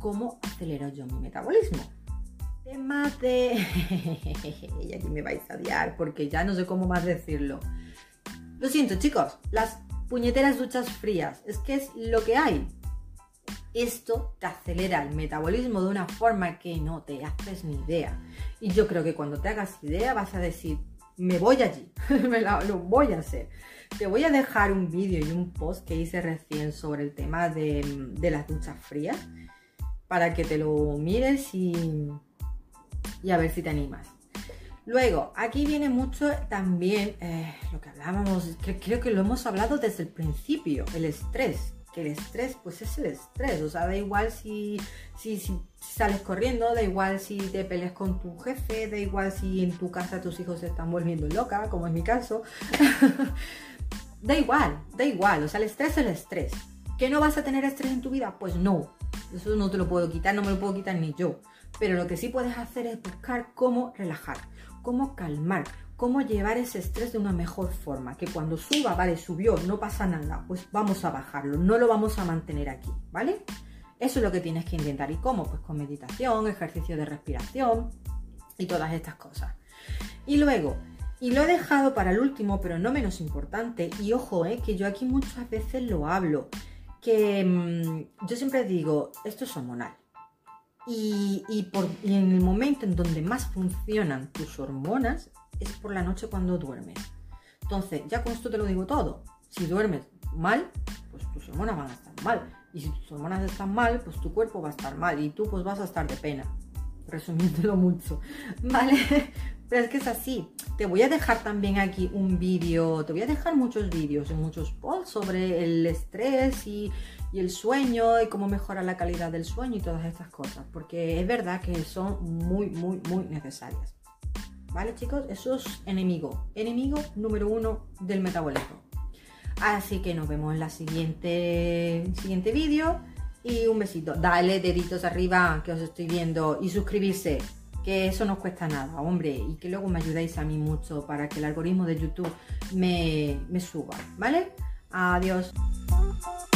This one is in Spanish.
cómo acelero yo mi metabolismo. Temas de... y aquí me vais a odiar porque ya no sé cómo más decirlo. Lo siento, chicos, las puñeteras duchas frías, es que es lo que hay. Esto te acelera el metabolismo de una forma que no te haces ni idea. Y yo creo que cuando te hagas idea vas a decir, me voy allí, lo voy a hacer. Te voy a dejar un vídeo y un post que hice recién sobre el tema de las duchas frías para que te lo mires y a ver si te animas. Luego, aquí viene mucho también lo que hablábamos, creo que lo hemos hablado desde el principio, el estrés. Que el estrés, pues es el estrés, o sea, da igual si sales corriendo, da igual si te peleas con tu jefe, da igual si en tu casa tus hijos se están volviendo locas, como es mi caso. da igual, o sea, el estrés es el estrés. ¿Que no vas a tener estrés en tu vida? Pues no, eso no te lo puedo quitar, no me lo puedo quitar ni yo. Pero lo que sí puedes hacer es buscar cómo relajar, cómo calmar, cómo llevar ese estrés de una mejor forma. Que cuando suba, vale, subió, no pasa nada, pues vamos a bajarlo, no lo vamos a mantener aquí, ¿vale? Eso es lo que tienes que intentar. ¿Y cómo? Pues con meditación, ejercicio de respiración y todas estas cosas. Y luego, y lo he dejado para el último, pero no menos importante, y ojo, que yo aquí muchas veces lo hablo, que yo siempre digo, esto es hormonal. Y en el momento en donde más funcionan tus hormonas es por la noche cuando duermes. Entonces, ya con esto te lo digo todo. Si duermes mal, pues tus hormonas van a estar mal. Y si tus hormonas están mal, pues tu cuerpo va a estar mal. Y tú pues vas a estar de pena. Resumiéndolo mucho, ¿vale? Pero es que es así. Te voy a dejar también aquí un vídeo, te voy a dejar muchos vídeos y muchos posts sobre el estrés y el sueño y cómo mejora la calidad del sueño y todas estas cosas, porque es verdad que son muy necesarias. ¿Vale, chicos? Eso es enemigo número 1 del metabolismo. Así que nos vemos en la siguiente vídeo y un besito. Dale deditos arriba que os estoy viendo y suscribirse, que eso no os cuesta nada, hombre, y que luego me ayudáis a mí mucho para que el algoritmo de YouTube me suba, ¿vale? Adiós.